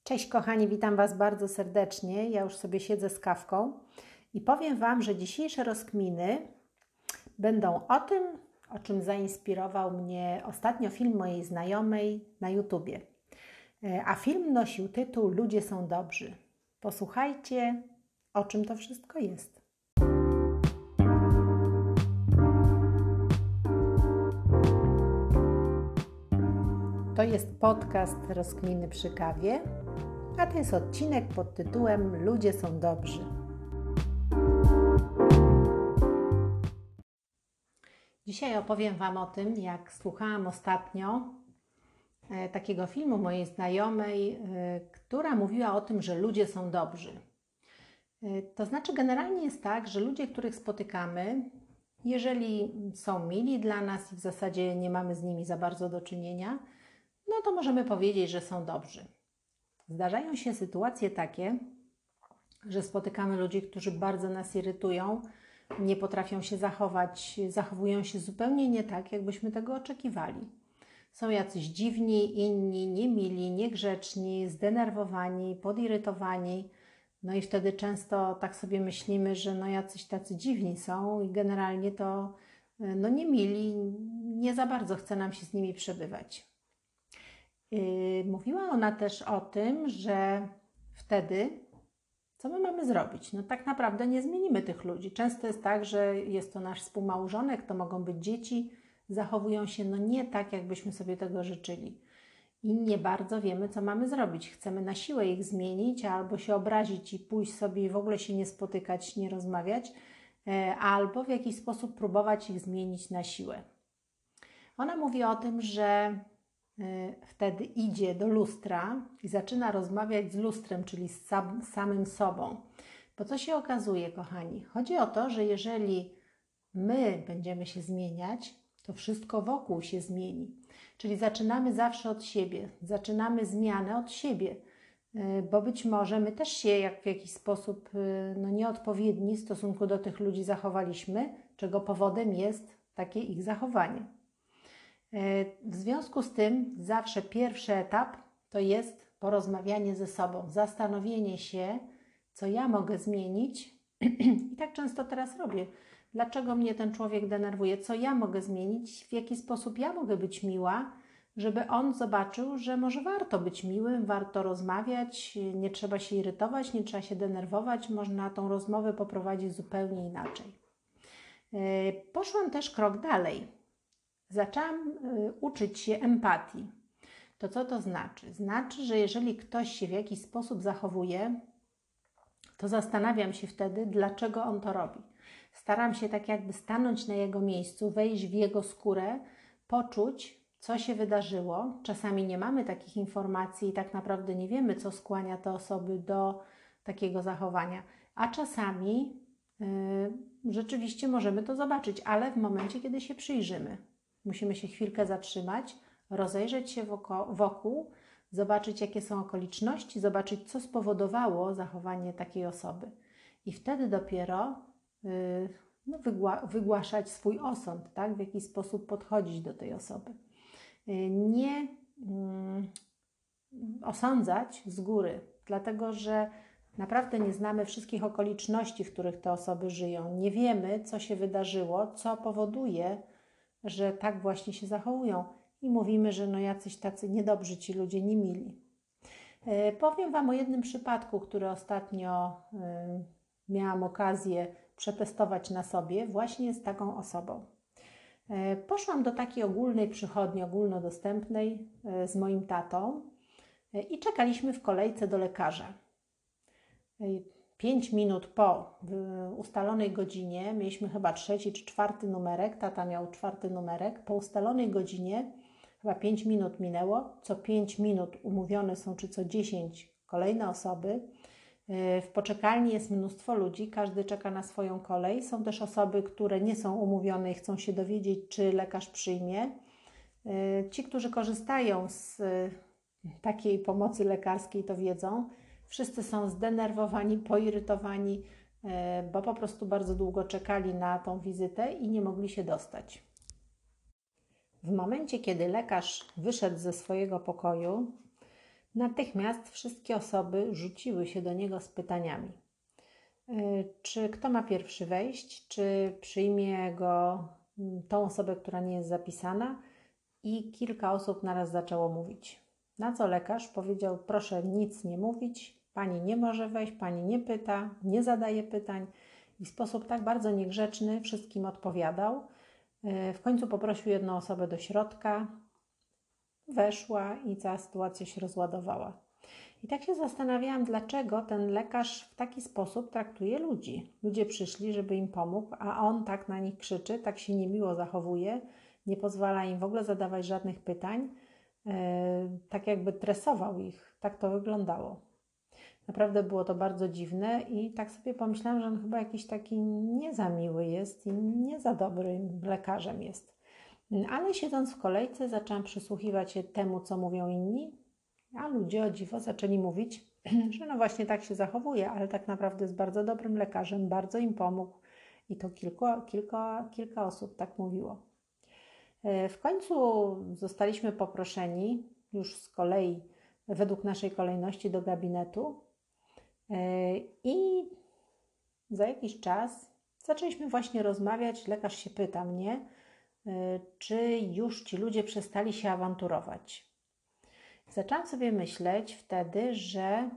Cześć kochani, witam Was bardzo serdecznie. Ja już sobie siedzę z kawką i powiem Wam, że dzisiejsze rozkminy będą o tym, o czym zainspirował mnie ostatnio film mojej znajomej na YouTubie. A film nosił tytuł Ludzie są dobrzy. Posłuchajcie, o czym to wszystko jest. To jest podcast Rozkminy przy kawie, a to jest odcinek pod tytułem Ludzie są dobrzy. Dzisiaj opowiem Wam o tym, jak słuchałam ostatnio takiego filmu mojej znajomej, która mówiła o tym, że ludzie są dobrzy. To znaczy generalnie jest tak, że ludzie, których spotykamy, jeżeli są mili dla nas i w zasadzie nie mamy z nimi za bardzo do czynienia, no to możemy powiedzieć, że są dobrzy. Zdarzają się sytuacje takie, że spotykamy ludzi, którzy bardzo nas irytują, nie potrafią się zachować, zachowują się zupełnie nie tak, jakbyśmy tego oczekiwali. Są jacyś dziwni, inni, niemili, niegrzeczni, zdenerwowani, podirytowani. No i wtedy często tak sobie myślimy, że jacyś tacy dziwni są i generalnie to niemili, nie za bardzo chce nam się z nimi przebywać. Mówiła ona też o tym, że wtedy co my mamy zrobić? Tak naprawdę nie zmienimy tych ludzi. Często jest tak, że jest to nasz współmałżonek, to mogą być dzieci, zachowują się nie tak, jakbyśmy sobie tego życzyli. I nie bardzo wiemy, co mamy zrobić. Chcemy na siłę ich zmienić, albo się obrazić i pójść sobie i w ogóle się nie spotykać, nie rozmawiać, albo w jakiś sposób próbować ich zmienić na siłę. Ona mówi o tym, że wtedy idzie do lustra i zaczyna rozmawiać z lustrem, czyli z samym sobą. Bo co się okazuje, kochani? Chodzi o to, że jeżeli my będziemy się zmieniać, to wszystko wokół się zmieni. Czyli zaczynamy zawsze od siebie, zaczynamy zmianę od siebie, bo być może my też się w jakiś sposób nieodpowiedni w stosunku do tych ludzi zachowaliśmy, czego powodem jest takie ich zachowanie. W związku z tym zawsze pierwszy etap to jest porozmawianie ze sobą, zastanowienie się, co ja mogę zmienić i tak często teraz robię. Dlaczego mnie ten człowiek denerwuje? Co ja mogę zmienić? W jaki sposób ja mogę być miła, żeby on zobaczył, że może warto być miłym, warto rozmawiać, nie trzeba się irytować, nie trzeba się denerwować, można tą rozmowę poprowadzić zupełnie inaczej. Poszłam też krok dalej. Zaczęłam uczyć się empatii. To co to znaczy? Znaczy, że jeżeli ktoś się w jakiś sposób zachowuje, to zastanawiam się wtedy, dlaczego on to robi. Staram się tak jakby stanąć na jego miejscu, wejść w jego skórę, poczuć, co się wydarzyło. Czasami nie mamy takich informacji i tak naprawdę nie wiemy, co skłania te osoby do takiego zachowania. A czasami rzeczywiście możemy to zobaczyć, ale w momencie, kiedy się przyjrzymy. Musimy się chwilkę zatrzymać, rozejrzeć się wokół, zobaczyć, jakie są okoliczności, zobaczyć, co spowodowało zachowanie takiej osoby. I wtedy dopiero wygłaszać swój osąd, tak? W jaki sposób podchodzić do tej osoby. Nie osądzać z góry, dlatego że naprawdę nie znamy wszystkich okoliczności, w których te osoby żyją. Nie wiemy, co się wydarzyło, co powoduje, że tak właśnie się zachowują i mówimy, że jacyś tacy niedobrzy ci ludzie, niemili. Powiem Wam o jednym przypadku, który ostatnio miałam okazję przetestować na sobie właśnie z taką osobą. Poszłam do takiej ogólnej przychodni, ogólnodostępnej z moim tatą i czekaliśmy w kolejce do lekarza. 5 minut po ustalonej godzinie, mieliśmy chyba 3. czy 4. numerek, tata miał 4. numerek, po ustalonej godzinie, chyba 5 minut minęło, co 5 minut umówione są, czy co 10 kolejne osoby. W poczekalni jest mnóstwo ludzi, każdy czeka na swoją kolej. Są też osoby, które nie są umówione i chcą się dowiedzieć, czy lekarz przyjmie. Ci, którzy korzystają z takiej pomocy lekarskiej, to wiedzą. Wszyscy są zdenerwowani, poirytowani, bo po prostu bardzo długo czekali na tą wizytę i nie mogli się dostać. W momencie, kiedy lekarz wyszedł ze swojego pokoju, Natychmiast wszystkie osoby rzuciły się do niego z pytaniami. Czy kto ma pierwszy wejść, czy przyjmie go tą osobę, która nie jest zapisana? I kilka osób naraz zaczęło mówić. Na co lekarz powiedział: proszę nic nie mówić, pani nie może wejść, pani nie pyta, nie zadaje pytań. I w sposób tak bardzo niegrzeczny wszystkim odpowiadał. W końcu poprosił jedną osobę do środka, weszła i cała sytuacja się rozładowała. I tak się zastanawiałam, dlaczego ten lekarz w taki sposób traktuje ludzi. Ludzie przyszli, żeby im pomógł, a on tak na nich krzyczy, tak się niemiło zachowuje, nie pozwala im w ogóle zadawać żadnych pytań, tak jakby tresował ich. Tak to wyglądało. Naprawdę było to bardzo dziwne i tak sobie pomyślałam, że on chyba jakiś taki nie za miły jest i nie za dobrym lekarzem jest. Ale siedząc w kolejce zaczęłam przysłuchiwać się temu, co mówią inni, a ludzie o dziwo zaczęli mówić, że no właśnie tak się zachowuje, ale tak naprawdę jest bardzo dobrym lekarzem, bardzo im pomógł i to kilka osób tak mówiło. W końcu zostaliśmy poproszeni już z kolei według naszej kolejności do gabinetu i za jakiś czas zaczęliśmy właśnie rozmawiać. Lekarz się pyta mnie, czy już ci ludzie przestali się awanturować. Zaczęłam sobie myśleć wtedy, że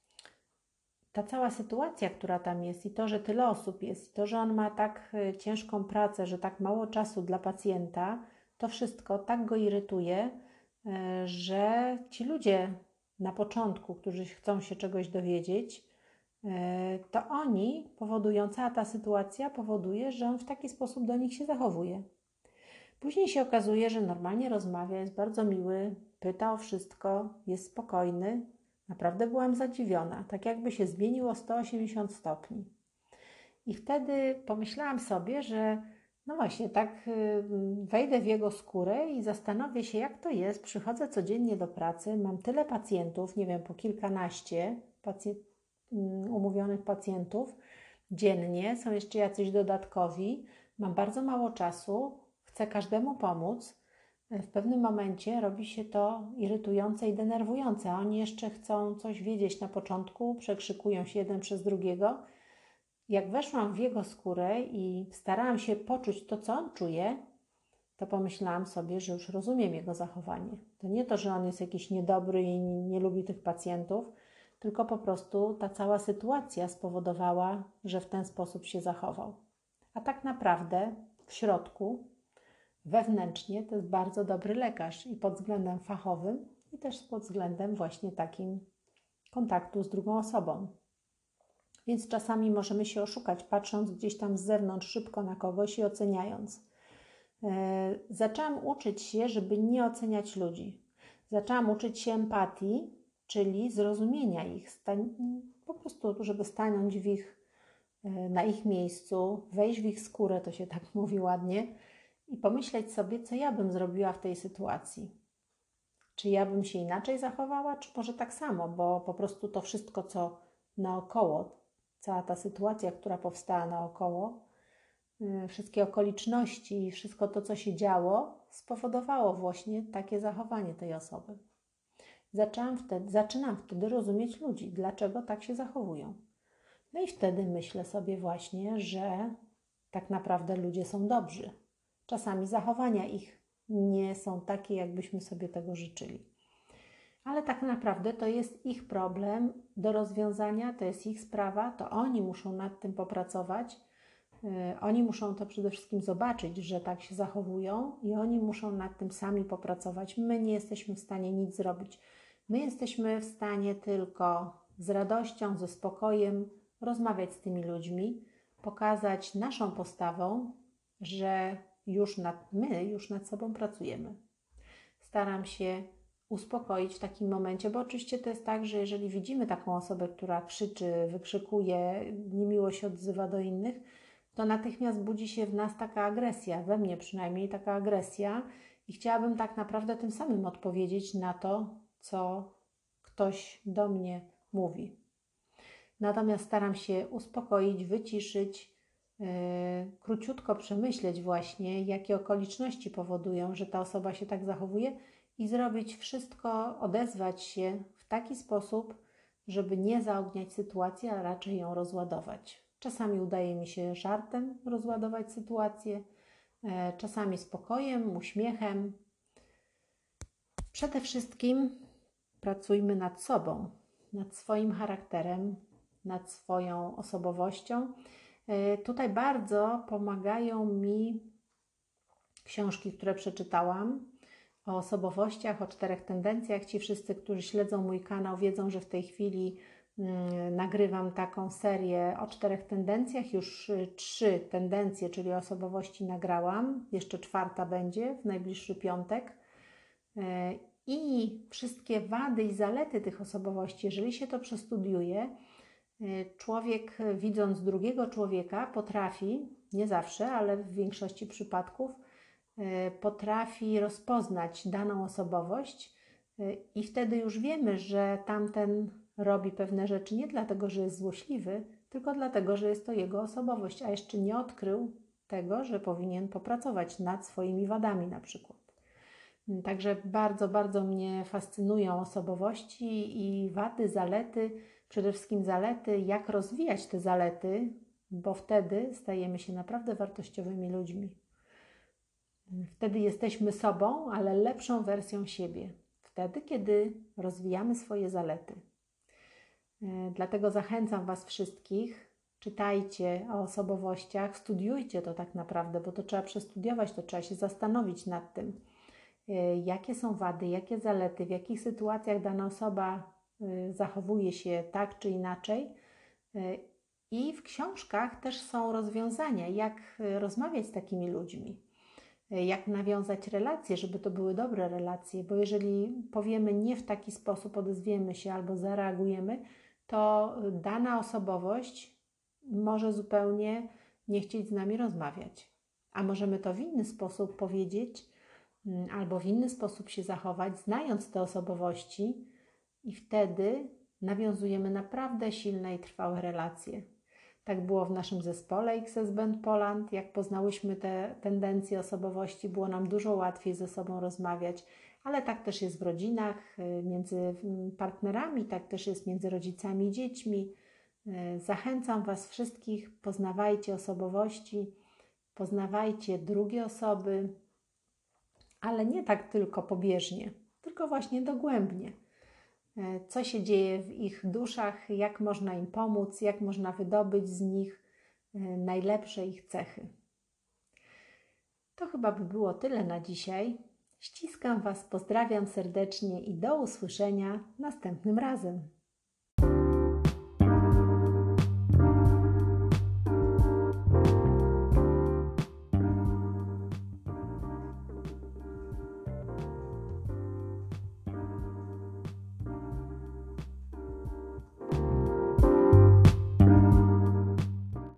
ta cała sytuacja, która tam jest i to, że tyle osób jest, i to, że on ma tak ciężką pracę, że tak mało czasu dla pacjenta, to wszystko tak go irytuje, że ci ludzie na początku, którzy chcą się czegoś dowiedzieć, to oni powodują, cała ta sytuacja powoduje, że on w taki sposób do nich się zachowuje. Później się okazuje, że normalnie rozmawia, jest bardzo miły, pyta o wszystko, jest spokojny. Naprawdę byłam zadziwiona, tak jakby się zmieniło 180 stopni. I wtedy pomyślałam sobie, że no właśnie, tak wejdę w jego skórę i zastanowię się, jak to jest. Przychodzę codziennie do pracy, mam tyle pacjentów, nie wiem, po kilkanaście umówionych pacjentów dziennie, są jeszcze jacyś dodatkowi, mam bardzo mało czasu, chcę każdemu pomóc. W pewnym momencie robi się to irytujące i denerwujące. Oni jeszcze chcą coś wiedzieć na początku, przekrzykują się jeden przez drugiego. Jak weszłam w jego skórę i starałam się poczuć to, co on czuje, to pomyślałam sobie, że już rozumiem jego zachowanie. To nie to, że on jest jakiś niedobry i nie lubi tych pacjentów, tylko po prostu ta cała sytuacja spowodowała, że w ten sposób się zachował. A tak naprawdę w środku, wewnętrznie to jest bardzo dobry lekarz i pod względem fachowym, i też pod względem właśnie takim kontaktu z drugą osobą. Więc czasami możemy się oszukać, patrząc gdzieś tam z zewnątrz szybko na kogoś i oceniając. Zaczęłam uczyć się, żeby nie oceniać ludzi. Zaczęłam uczyć się empatii, czyli zrozumienia ich, po prostu, żeby stanąć na ich miejscu, wejść w ich skórę, to się tak mówi ładnie, i pomyśleć sobie, co ja bym zrobiła w tej sytuacji. Czy ja bym się inaczej zachowała, czy może tak samo, bo po prostu to wszystko, co naokoło, cała ta sytuacja, która powstała naokoło, wszystkie okoliczności i wszystko to, co się działo, spowodowało właśnie takie zachowanie tej osoby. Zaczynam wtedy rozumieć ludzi, dlaczego tak się zachowują. No i wtedy myślę sobie właśnie, że tak naprawdę ludzie są dobrzy. Czasami zachowania ich nie są takie, jakbyśmy sobie tego życzyli. Ale tak naprawdę to jest ich problem do rozwiązania, to jest ich sprawa, to oni muszą nad tym popracować. Oni muszą to przede wszystkim zobaczyć, że tak się zachowują i oni muszą nad tym sami popracować. My nie jesteśmy w stanie nic zrobić. My jesteśmy w stanie tylko z radością, ze spokojem rozmawiać z tymi ludźmi, pokazać naszą postawą, że my już nad sobą pracujemy. Staram się uspokoić w takim momencie, bo oczywiście to jest tak, że jeżeli widzimy taką osobę, która krzyczy, wykrzykuje, niemiło się odzywa do innych, to natychmiast budzi się w nas taka agresja, we mnie przynajmniej taka agresja i chciałabym tak naprawdę tym samym odpowiedzieć na to, co ktoś do mnie mówi. Natomiast staram się uspokoić, wyciszyć, króciutko przemyśleć właśnie, jakie okoliczności powodują, że ta osoba się tak zachowuje i zrobić wszystko, odezwać się w taki sposób, żeby nie zaogniać sytuacji, a raczej ją rozładować. Czasami udaje mi się żartem rozładować sytuację, czasami spokojem, uśmiechem. Przede wszystkim pracujmy nad sobą, nad swoim charakterem, nad swoją osobowością. Tutaj bardzo pomagają mi książki, które przeczytałam o osobowościach, o 4 tendencjach. Ci wszyscy, którzy śledzą mój kanał, wiedzą, że w tej chwili nagrywam taką serię o 4 tendencjach. Już 3 tendencje, czyli osobowości nagrałam. Jeszcze 4 będzie w najbliższy piątek. I wszystkie wady i zalety tych osobowości, jeżeli się to przestudiuje, człowiek, widząc drugiego człowieka, potrafi, nie zawsze, ale w większości przypadków, potrafi rozpoznać daną osobowość i wtedy już wiemy, że tamten robi pewne rzeczy nie dlatego, że jest złośliwy, tylko dlatego, że jest to jego osobowość, a jeszcze nie odkrył tego, że powinien popracować nad swoimi wadami na przykład. Także bardzo, bardzo mnie fascynują osobowości i wady, zalety, przede wszystkim zalety, jak rozwijać te zalety, bo wtedy stajemy się naprawdę wartościowymi ludźmi. Wtedy jesteśmy sobą, ale lepszą wersją siebie. Wtedy, kiedy rozwijamy swoje zalety. Dlatego zachęcam Was wszystkich, czytajcie o osobowościach, studiujcie to tak naprawdę, bo to trzeba przestudiować, to trzeba się zastanowić nad tym, jakie są wady, jakie zalety, w jakich sytuacjach dana osoba zachowuje się tak czy inaczej. I w książkach też są rozwiązania, jak rozmawiać z takimi ludźmi, jak nawiązać relacje, żeby to były dobre relacje, bo jeżeli powiemy nie w taki sposób, odezwiemy się albo zareagujemy, to dana osobowość może zupełnie nie chcieć z nami rozmawiać. A możemy to w inny sposób powiedzieć albo w inny sposób się zachować, znając te osobowości i wtedy nawiązujemy naprawdę silne i trwałe relacje. Tak było w naszym zespole XS Band Poland. Jak poznałyśmy te tendencje osobowości, było nam dużo łatwiej ze sobą rozmawiać, ale tak też jest w rodzinach, między partnerami, tak też jest między rodzicami i dziećmi. Zachęcam Was wszystkich, poznawajcie osobowości, poznawajcie drugie osoby, ale nie tak tylko pobieżnie, tylko właśnie dogłębnie. Co się dzieje w ich duszach, jak można im pomóc, jak można wydobyć z nich najlepsze ich cechy. To chyba by było tyle na dzisiaj. Ściskam Was, pozdrawiam serdecznie i do usłyszenia następnym razem.